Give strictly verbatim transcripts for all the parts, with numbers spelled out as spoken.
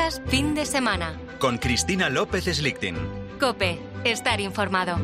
Noticias fin de semana. Con Cristina López Slichting. COPE. Estar informado.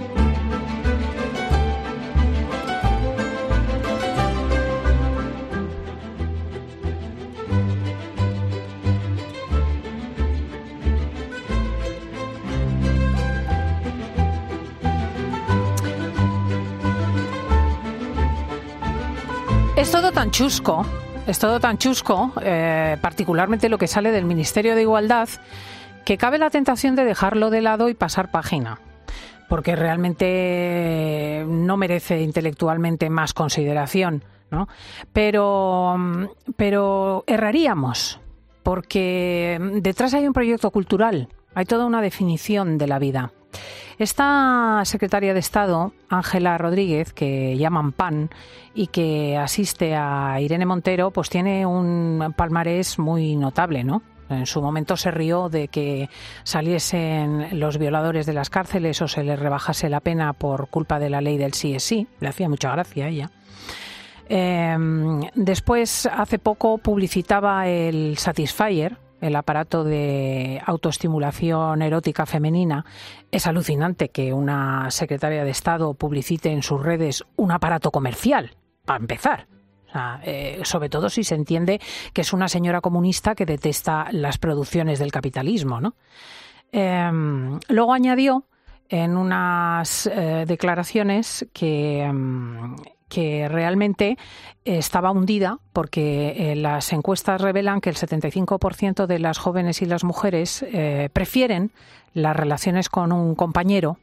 Es todo tan chusco, es todo tan chusco, eh, particularmente lo que sale del Ministerio de Igualdad, que cabe la tentación de dejarlo de lado y pasar página, porque realmente no merece intelectualmente más consideración, ¿no? Pero, pero erraríamos, porque detrás hay un proyecto cultural, hay toda una definición de la vida. Esta secretaria de Estado, Ángela Rodríguez, que llaman P A N y que asiste a Irene Montero, pues tiene un palmarés muy notable, ¿no? En su momento se rió de que saliesen los violadores de las cárceles o se les rebajase la pena por culpa de la ley del sí es sí. Le hacía mucha gracia a ella. Eh, después, hace poco, publicitaba el Satisfyer, el aparato de autoestimulación erótica femenina. Es alucinante que una secretaria de Estado publicite en sus redes un aparato comercial, para empezar. O sea, eh, sobre todo si se entiende que es una señora comunista que detesta las producciones del capitalismo, ¿no? Eh, luego añadió en unas eh, declaraciones que... Um, que realmente estaba hundida porque eh, las encuestas revelan que el setenta y cinco por ciento de las jóvenes y las mujeres eh, prefieren las relaciones con un compañero,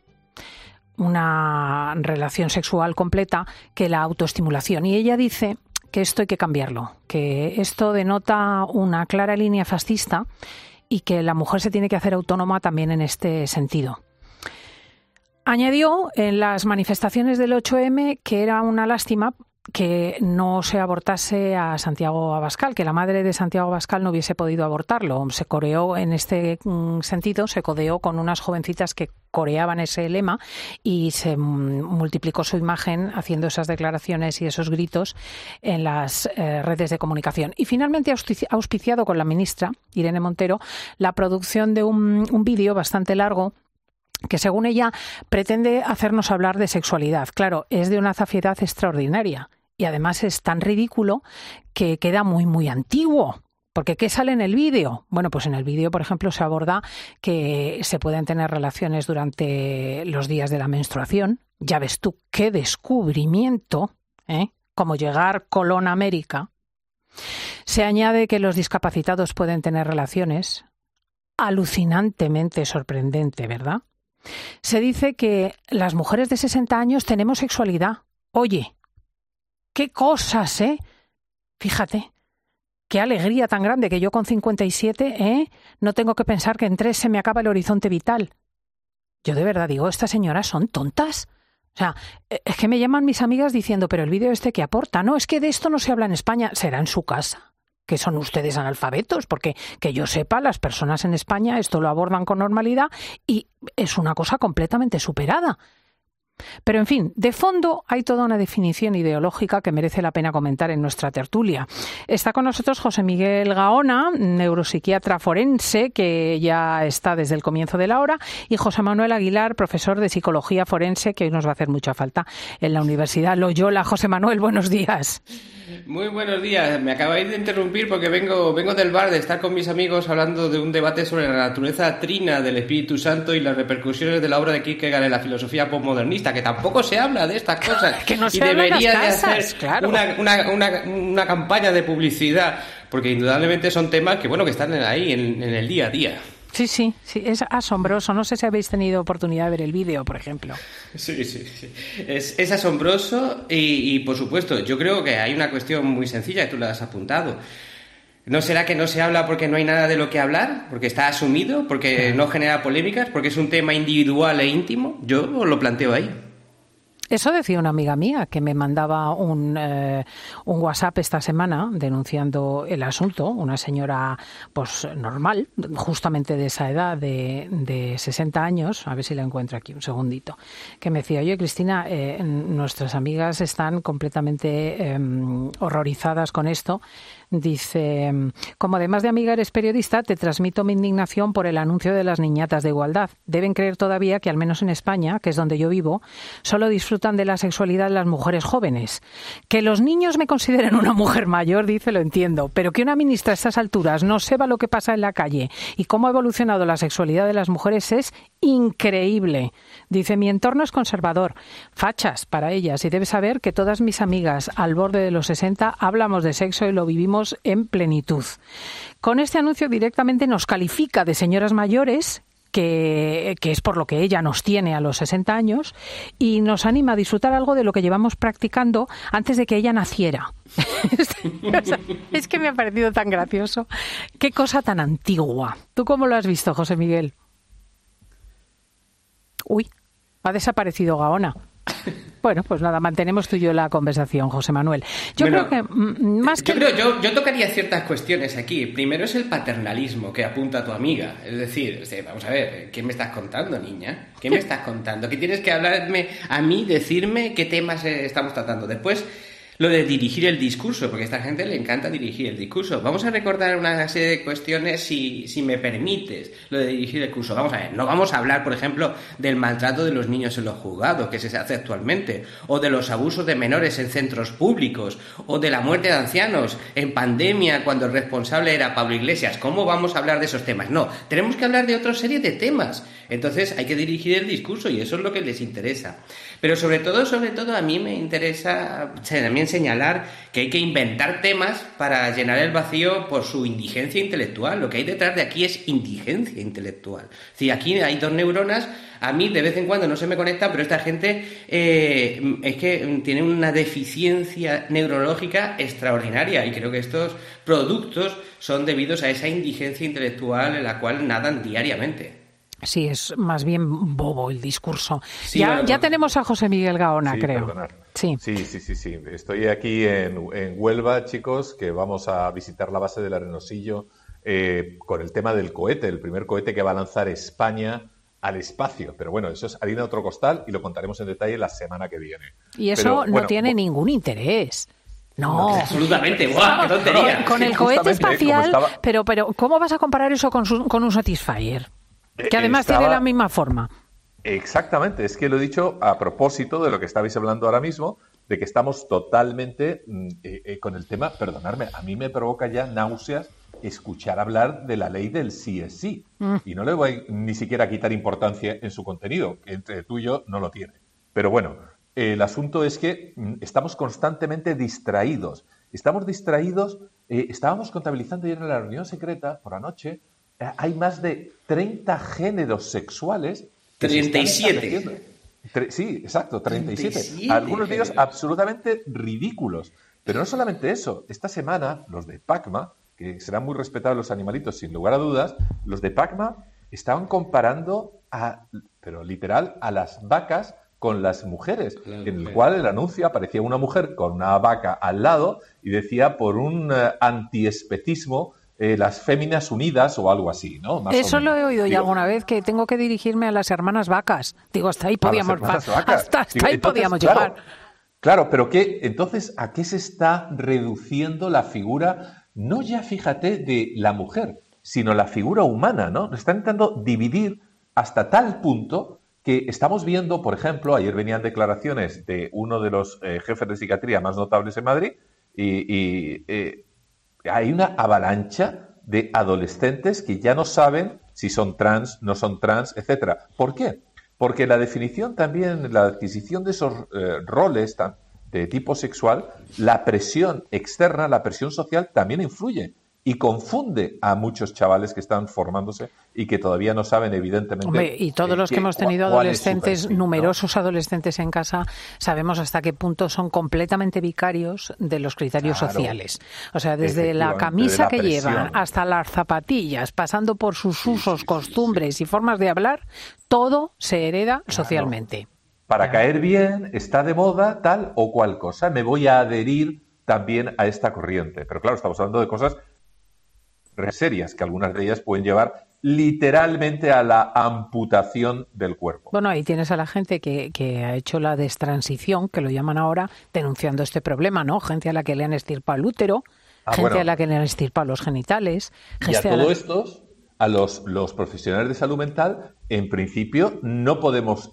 una relación sexual completa, que la autoestimulación. Y ella dice que esto hay que cambiarlo, que esto denota una clara línea fascista y que la mujer se tiene que hacer autónoma también en este sentido. Añadió en las manifestaciones del ocho eme que era una lástima que no se abortase a Santiago Abascal, que la madre de Santiago Abascal no hubiese podido abortarlo. Se coreó en este sentido, se codeó con unas jovencitas que coreaban ese lema y se multiplicó su imagen haciendo esas declaraciones y esos gritos en las eh, redes de comunicación. Y finalmente ha auspiciado con la ministra Irene Montero la producción de un, un vídeo bastante largo que, según ella, pretende hacernos hablar de sexualidad. Claro, es de una zafiedad extraordinaria y además es tan ridículo que queda muy, muy antiguo. Porque ¿qué sale en el vídeo? Bueno, pues en el vídeo, por ejemplo, se aborda que se pueden tener relaciones durante los días de la menstruación. Ya ves tú, qué descubrimiento, ¿eh? Como llegar Colón a América. Se añade que los discapacitados pueden tener relaciones. Alucinantemente sorprendente, ¿verdad? Se dice que las mujeres de sesenta años tenemos sexualidad. Oye, qué cosas, ¿eh? Fíjate, qué alegría tan grande que yo con cincuenta y siete, ¿eh? No tengo que pensar que en tres se me acaba el horizonte vital. Yo de verdad digo, ¿estas señoras son tontas? O sea, es que me llaman mis amigas diciendo, pero el vídeo este que aporta, no, es que de esto no se habla en España, será en su casa. Que son ustedes analfabetos, porque que yo sepa, las personas en España esto lo abordan con normalidad y es una cosa completamente superada. Pero, en fin, de fondo hay toda una definición ideológica que merece la pena comentar en nuestra tertulia. Está con nosotros José Miguel Gaona, neuropsiquiatra forense, que ya está desde el comienzo de la hora, y José Manuel Aguilar, profesor de psicología forense, que hoy nos va a hacer mucha falta en la Universidad Loyola. José Manuel, buenos días. Muy buenos días. Me acabáis de interrumpir porque vengo, vengo del bar de estar con mis amigos hablando de un debate sobre la naturaleza trina del Espíritu Santo y las repercusiones de la obra de Kierkegaard en la filosofía postmodernista, que tampoco se habla de estas cosas. Que no se y debería habla en las casas, de hacer claro. una, una, una, una campaña de publicidad, porque indudablemente son temas que, bueno, que están ahí en, en el día a día. Sí, sí, sí, es asombroso. No sé si habéis tenido oportunidad de ver el vídeo, por ejemplo. Sí, sí, sí. Es, es asombroso y, y, por supuesto, yo creo que hay una cuestión muy sencilla, y tú la has apuntado. ¿No será que no se habla porque no hay nada de lo que hablar? ¿Porque está asumido? ¿Porque no genera polémicas? ¿Porque es un tema individual e íntimo? Yo lo planteo ahí. Eso decía una amiga mía que me mandaba un, eh, un WhatsApp esta semana denunciando el asunto, una señora pues normal, justamente de esa edad, de, de sesenta años, a ver si la encuentro aquí un segundito, que me decía, oye Cristina, eh, nuestras amigas están completamente eh, horrorizadas con esto. Dice, como además de amiga eres periodista, te transmito mi indignación por el anuncio de las niñatas de igualdad. Deben creer todavía que, al menos en España, que es donde yo vivo, solo disfrutan de la sexualidad las mujeres jóvenes. Que los niños me consideren una mujer mayor, dice, lo entiendo, pero que una ministra a estas alturas no sepa lo que pasa en la calle y cómo ha evolucionado la sexualidad de las mujeres es increíble. Dice, mi entorno es conservador, fachas para ellas, y debes saber que todas mis amigas al borde de los sesenta hablamos de sexo y lo vivimos en plenitud. Con este anuncio directamente nos califica de señoras mayores, que, que es por lo que ella nos tiene a los sesenta años, y nos anima a disfrutar algo de lo que llevamos practicando antes de que ella naciera. Es que me ha parecido tan gracioso. Qué cosa tan antigua. ¿Tú cómo lo has visto, José Miguel? Uy, ha desaparecido Gaona. Bueno, pues nada, mantenemos tú y yo la conversación, José Manuel. Yo bueno, creo que más que... Yo, creo, yo, yo tocaría ciertas cuestiones aquí. Primero es el paternalismo que apunta tu amiga. Es decir, vamos a ver, ¿qué me estás contando, niña? ¿Qué me estás contando? ¿Qué tienes que hablarme a mí, decirme qué temas estamos tratando? Después, lo de dirigir el discurso, porque a esta gente le encanta dirigir el discurso. Vamos a recordar una serie de cuestiones, si, si me permites, lo de dirigir el discurso. Vamos a ver, no vamos a hablar, por ejemplo, del maltrato de los niños en los juzgados, que se hace actualmente, o de los abusos de menores en centros públicos, o de la muerte de ancianos en pandemia, cuando el responsable era Pablo Iglesias. ¿Cómo vamos a hablar de esos temas? No, tenemos que hablar de otra serie de temas. Entonces hay que dirigir el discurso y eso es lo que les interesa. Pero sobre todo, sobre todo, a mí me interesa también señalar que hay que inventar temas para llenar el vacío por su indigencia intelectual. Lo que hay detrás de aquí es indigencia intelectual. Si aquí hay dos neuronas, a mí de vez en cuando no se me conecta, pero esta gente eh, es que tiene una deficiencia neurológica extraordinaria y creo que estos productos son debidos a esa indigencia intelectual en la cual nadan diariamente. Sí, es más bien bobo el discurso. Sí, ya bueno, ya tenemos a José Miguel Gaona, sí, creo. Perdonar. Sí. sí, sí, sí, sí. Estoy aquí en, en Huelva, chicos, que vamos a visitar la base del Arenosillo eh, con el tema del cohete, el primer cohete que va a lanzar España al espacio. Pero bueno, eso es harina de otro costal y lo contaremos en detalle la semana que viene. Y eso Pero, no bueno, tiene ningún interés. No, absolutamente, guau, qué tontería. Con, con el cohete espacial, estaba... pero, pero ¿cómo vas a comparar eso con, su, con un Satisfyer? Que además Estaba... tiene la misma forma. Exactamente, es que lo he dicho a propósito de lo que estabais hablando ahora mismo, de que estamos totalmente eh, eh, con el tema, perdonadme, a mí me provoca ya náuseas escuchar hablar de la ley del sí es sí. Mm. Y no le voy ni siquiera a quitar importancia en su contenido, que entre tú y yo no lo tiene. Pero bueno, eh, el asunto es que mm, estamos constantemente distraídos. Estamos distraídos, eh, estábamos contabilizando ayer en la reunión secreta por la noche, eh, hay más de treinta géneros sexuales. treinta y siete. Sí, exacto, treinta y siete. treinta y siete Algunos de ellos géneros. Absolutamente ridículos. Pero no solamente eso. Esta semana, los de PACMA, que serán muy respetados los animalitos sin lugar a dudas, los de PACMA estaban comparando, a, pero literal, a las vacas con las mujeres, claro, en el mujer. Cual el anuncio aparecía una mujer con una vaca al lado y decía por un uh, antiespecismo Eh, las féminas unidas o algo así, ¿no? Más Eso lo he oído ya alguna vez, que tengo que dirigirme a las hermanas vacas. Digo, hasta ahí podíamos, hasta, hasta Digo, ahí entonces, podíamos claro, llegar. Claro, pero ¿qué? Entonces, ¿a qué se está reduciendo la figura, no ya, fíjate, de la mujer, sino la figura humana, ¿no? Nos están intentando dividir hasta tal punto que estamos viendo, por ejemplo, ayer venían declaraciones de uno de los eh, jefes de psiquiatría más notables en Madrid y... y eh, hay una avalancha de adolescentes que ya no saben si son trans, no son trans, etcétera. ¿Por qué? Porque la definición también, la adquisición de esos eh, roles tan, de tipo sexual, la presión externa, la presión social también influye y confunde a muchos chavales que están formándose y que todavía no saben, evidentemente... Hombre, y todos los que hemos tenido adolescentes, perfil, numerosos ¿no? adolescentes en casa, sabemos hasta qué punto son completamente vicarios de los criterios claro, sociales. O sea, desde la camisa la que presión. llevan hasta las zapatillas, pasando por sus usos, costumbres y formas de hablar, todo se hereda claro. socialmente. Para claro. caer bien, está de moda tal o cual cosa. Me voy a adherir también a esta corriente. Pero claro, estamos hablando de cosas serias, que algunas de ellas pueden llevar literalmente a la amputación del cuerpo. Bueno, ahí tienes a la gente que, que ha hecho la destransición, que lo llaman ahora, denunciando este problema, ¿no? Gente a la que le han extirpado el útero, Ah, gente bueno. a la que le han extirpado los genitales. Y a gente a todo la- esto, a los, los profesionales de salud mental, en principio no podemos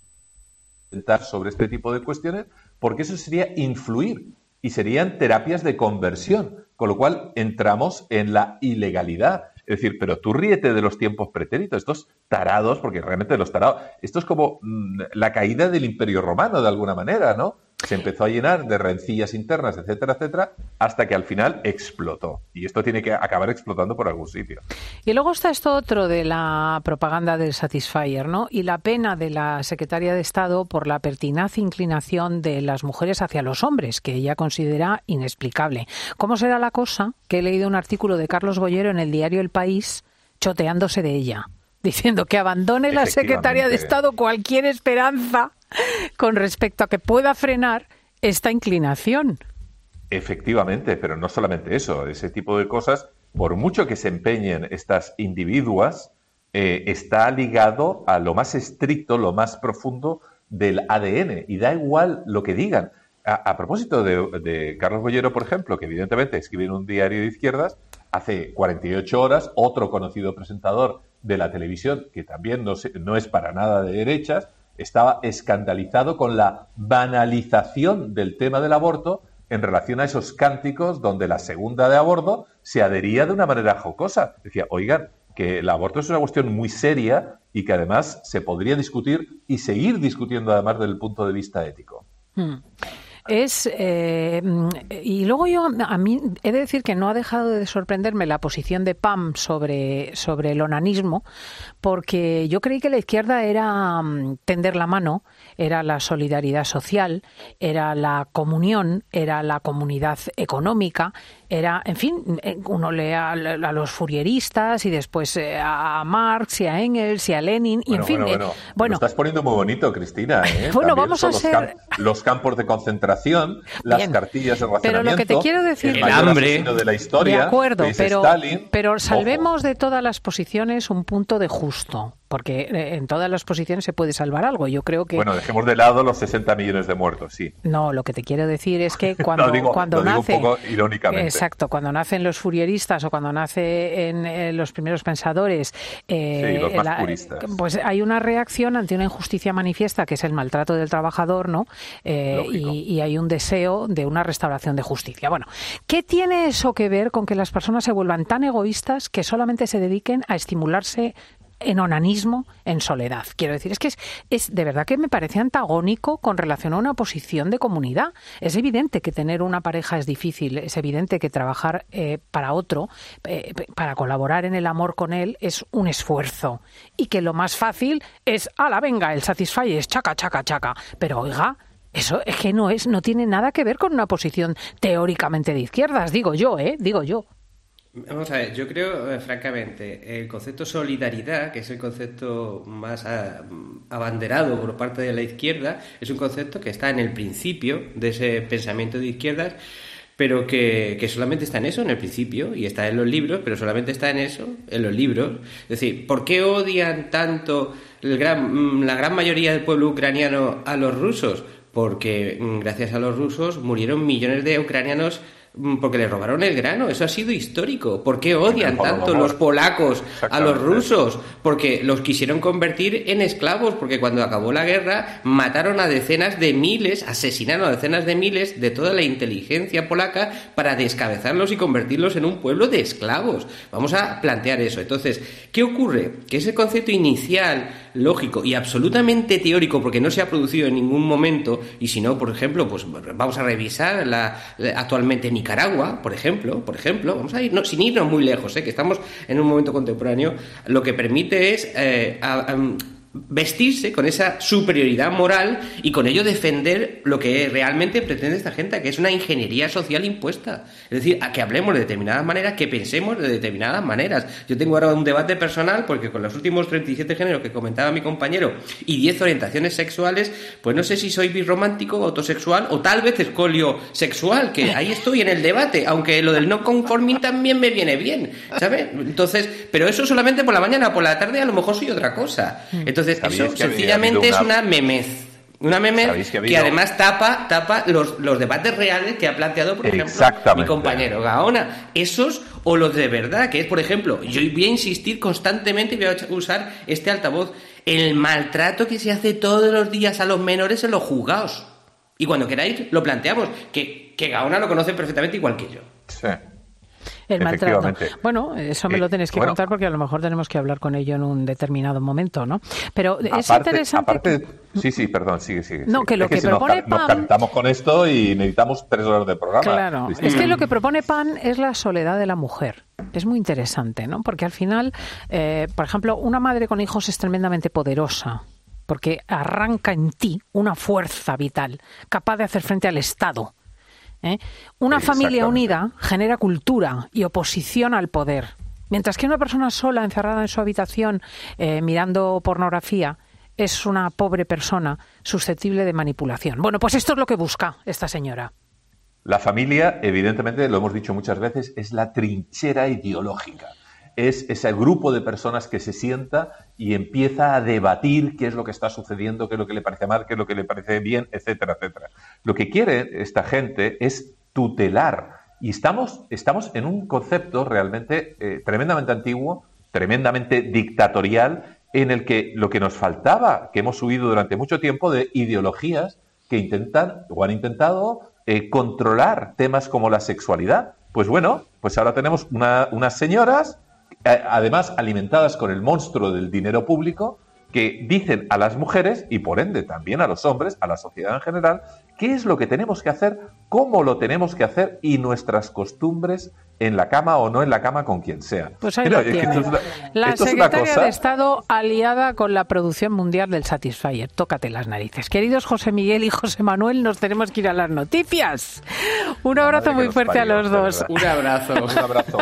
intentar sobre este tipo de cuestiones porque eso sería influir y serían terapias de conversión, con lo cual entramos en la ilegalidad. Es decir, pero tú ríete de los tiempos pretéritos, estos tarados, porque realmente los tarados, esto es como mmm, la caída del Imperio Romano de alguna manera, ¿no? Se empezó a llenar de rencillas internas, etcétera, etcétera, hasta que al final explotó. Y esto tiene que acabar explotando por algún sitio. Y luego está esto otro de la propaganda del Satisfyer, ¿no? Y la pena de la secretaria de Estado por la pertinaz inclinación de las mujeres hacia los hombres, que ella considera inexplicable. ¿Cómo será la cosa? Que he leído un artículo de Carlos Bollero en el diario El País choteándose de ella, diciendo que abandone la secretaria de Estado cualquier esperanza con respecto a que pueda frenar esta inclinación. Efectivamente, pero no solamente eso, ese tipo de cosas, por mucho que se empeñen estas individuas, eh, está ligado a lo más estricto, lo más profundo del A D N, y da igual lo que digan. A, a propósito de, de Carlos Bollero, por ejemplo, que evidentemente escribe en un diario de izquierdas, hace cuarenta y ocho horas, otro conocido presentador de la televisión, que también no, se, no es para nada de derechas, estaba escandalizado con la banalización del tema del aborto en relación a esos cánticos donde la segunda de a bordo se adhería de una manera jocosa. Decía, oigan, que el aborto es una cuestión muy seria y que además se podría discutir y seguir discutiendo además desde el punto de vista ético. Hmm. Es eh, y luego yo a mí he de decir que no ha dejado de sorprenderme la posición de Pam sobre sobre el onanismo, porque yo creí que la izquierda era um, tender la mano, era la solidaridad social, era la comunión, era la comunidad económica, era, en fin, uno lee a, a los furieristas y después a Marx y a Engels y a Lenin y bueno, en fin, bueno, bueno. Eh, bueno, lo estás poniendo muy bonito, Cristina, ¿eh? Bueno, También vamos a los, ser camp- los campos de concentración, las Bien. cartillas de racionamiento, Pero lo que te quiero decir, el mayor hambre. asesino de la historia, de acuerdo, que es pero, Stalin. pero salvemos Ojo. de todas las posiciones un punto de justo, porque en todas las posiciones se puede salvar algo. Yo creo que Bueno, dejemos de lado los sesenta millones de muertos, sí. no, lo que te quiero decir es que cuando Lo digo- cuando lo digo nace un poco irónicamente. exacto, cuando nacen los furieristas o cuando nacen eh, los primeros pensadores, eh, Sí, los más la- puristas. pues hay una reacción ante una injusticia manifiesta que es el maltrato del trabajador, ¿no? Eh, Lógico. y, y hay un deseo de una restauración de justicia. Bueno, ¿qué tiene eso que ver con que las personas se vuelvan tan egoístas que solamente se dediquen a estimularse en onanismo, en soledad? Quiero decir, es que es, es de verdad que me parece antagónico con relación a una posición de comunidad. Es evidente que tener una pareja es difícil, es evidente que trabajar eh, para otro, eh, para colaborar en el amor con él, es un esfuerzo. Y que lo más fácil es, ala, venga, el Satisfyer es chaca, chaca, chaca. Pero oiga, eso es que no es, no tiene nada que ver con una posición teóricamente de izquierdas, digo yo, ¿eh? Digo yo. Vamos a ver, yo creo, eh, francamente, el concepto solidaridad, que es el concepto más a, abanderado por parte de la izquierda, es un concepto que está en el principio de ese pensamiento de izquierdas, pero que, que solamente está en eso, en el principio, y está en los libros, pero solamente está en eso, en los libros. Es decir, ¿por qué odian tanto el gran, la gran mayoría del pueblo ucraniano a los rusos? Porque gracias a los rusos murieron millones de ucranianos porque les robaron el grano. Eso ha sido histórico. ¿Por qué odian tanto los polacos a los rusos? Porque los quisieron convertir en esclavos, porque cuando acabó la guerra mataron a decenas de miles, asesinaron a decenas de miles de toda la inteligencia polaca para descabezarlos y convertirlos en un pueblo de esclavos. Vamos a plantear eso. Entonces, ¿qué ocurre? Que ese concepto inicial, lógico y absolutamente teórico, porque no se ha producido en ningún momento, y si no, por ejemplo, pues vamos a revisar la, la actualmente en Nicaragua, por ejemplo, por ejemplo, vamos a ir, no, sin irnos muy lejos, ¿eh? Que estamos en un momento contemporáneo, lo que permite es eh, a, a, vestirse con esa superioridad moral y con ello defender lo que realmente pretende esta gente, que es una ingeniería social impuesta. Es decir, a que hablemos de determinadas maneras, que pensemos de determinadas maneras. Yo tengo ahora un debate personal porque con los últimos treinta y siete géneros que comentaba mi compañero y diez orientaciones sexuales, pues no sé si soy birromántico, autosexual o tal vez escolio sexual, que ahí estoy en el debate, aunque lo del no conforming también me viene bien, ¿sabes? Entonces, pero eso solamente por la mañana, por la tarde a lo mejor soy otra cosa. Entonces, Entonces, eso sencillamente una... es una memez. Una meme ¿Sabéis que ha que, habido... además tapa, tapa los, los debates reales que ha planteado, por ejemplo, mi compañero Gaona. Esos o los de verdad, que es, por ejemplo, yo voy a insistir constantemente y voy a usar este altavoz, el maltrato que se hace todos los días a los menores en los juzgados. Y cuando queráis lo planteamos, que, que Gaona lo conoce perfectamente igual que yo. Sí. El maltrato. Bueno, eso me lo tenéis que bueno, contar porque a lo mejor tenemos que hablar con ello en un determinado momento, ¿no? Pero es aparte, interesante... Aparte, sí, sí, perdón, sigue, sigue. No, sigue. que lo es que, que si propone nos, P A M... nos calentamos con esto y necesitamos tres horas de programa. Claro, Cristina. es que lo que propone P A M es la soledad de la mujer. Es muy interesante, ¿no? Porque al final, eh, por ejemplo, una madre con hijos es tremendamente poderosa, porque arranca en ti una fuerza vital capaz de hacer frente al Estado. ¿Eh? Una familia unida genera cultura y oposición al poder. Mientras que una persona sola, encerrada en su habitación, eh, mirando pornografía, es una pobre persona susceptible de manipulación. Bueno, pues esto es lo que busca esta señora. La familia, evidentemente, lo hemos dicho muchas veces, es la trinchera ideológica. Es ese grupo de personas que se sienta y empieza a debatir qué es lo que está sucediendo, qué es lo que le parece mal, qué es lo que le parece bien, etcétera, etcétera. Lo que quiere esta gente es tutelar. Y estamos, estamos en un concepto realmente eh, tremendamente antiguo, tremendamente dictatorial, en el que lo que nos faltaba, que hemos subido durante mucho tiempo, de ideologías que intentan o han intentado eh, controlar temas como la sexualidad. Pues bueno, pues ahora tenemos una, unas señoras, además alimentadas con el monstruo del dinero público, que dicen a las mujeres, y por ende también a los hombres, a la sociedad en general, qué es lo que tenemos que hacer, cómo lo tenemos que hacer y nuestras costumbres en la cama o no en la cama con quien sea. Pues ahí Pero, lo es que tiene. esto es una, La esto secretaria es una cosa... de Estado aliada con la producción mundial del Satisfyer. Tócate las narices. Queridos José Miguel y José Manuel, nos tenemos que ir a las noticias. Un abrazo muy fuerte a los dos. Un abrazo. Un abrazo.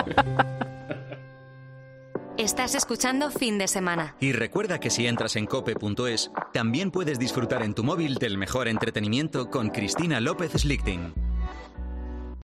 Estás escuchando Fin de Semana. Y recuerda que si entras en cope punto es, también puedes disfrutar en tu móvil del mejor entretenimiento con Cristina López Slichting.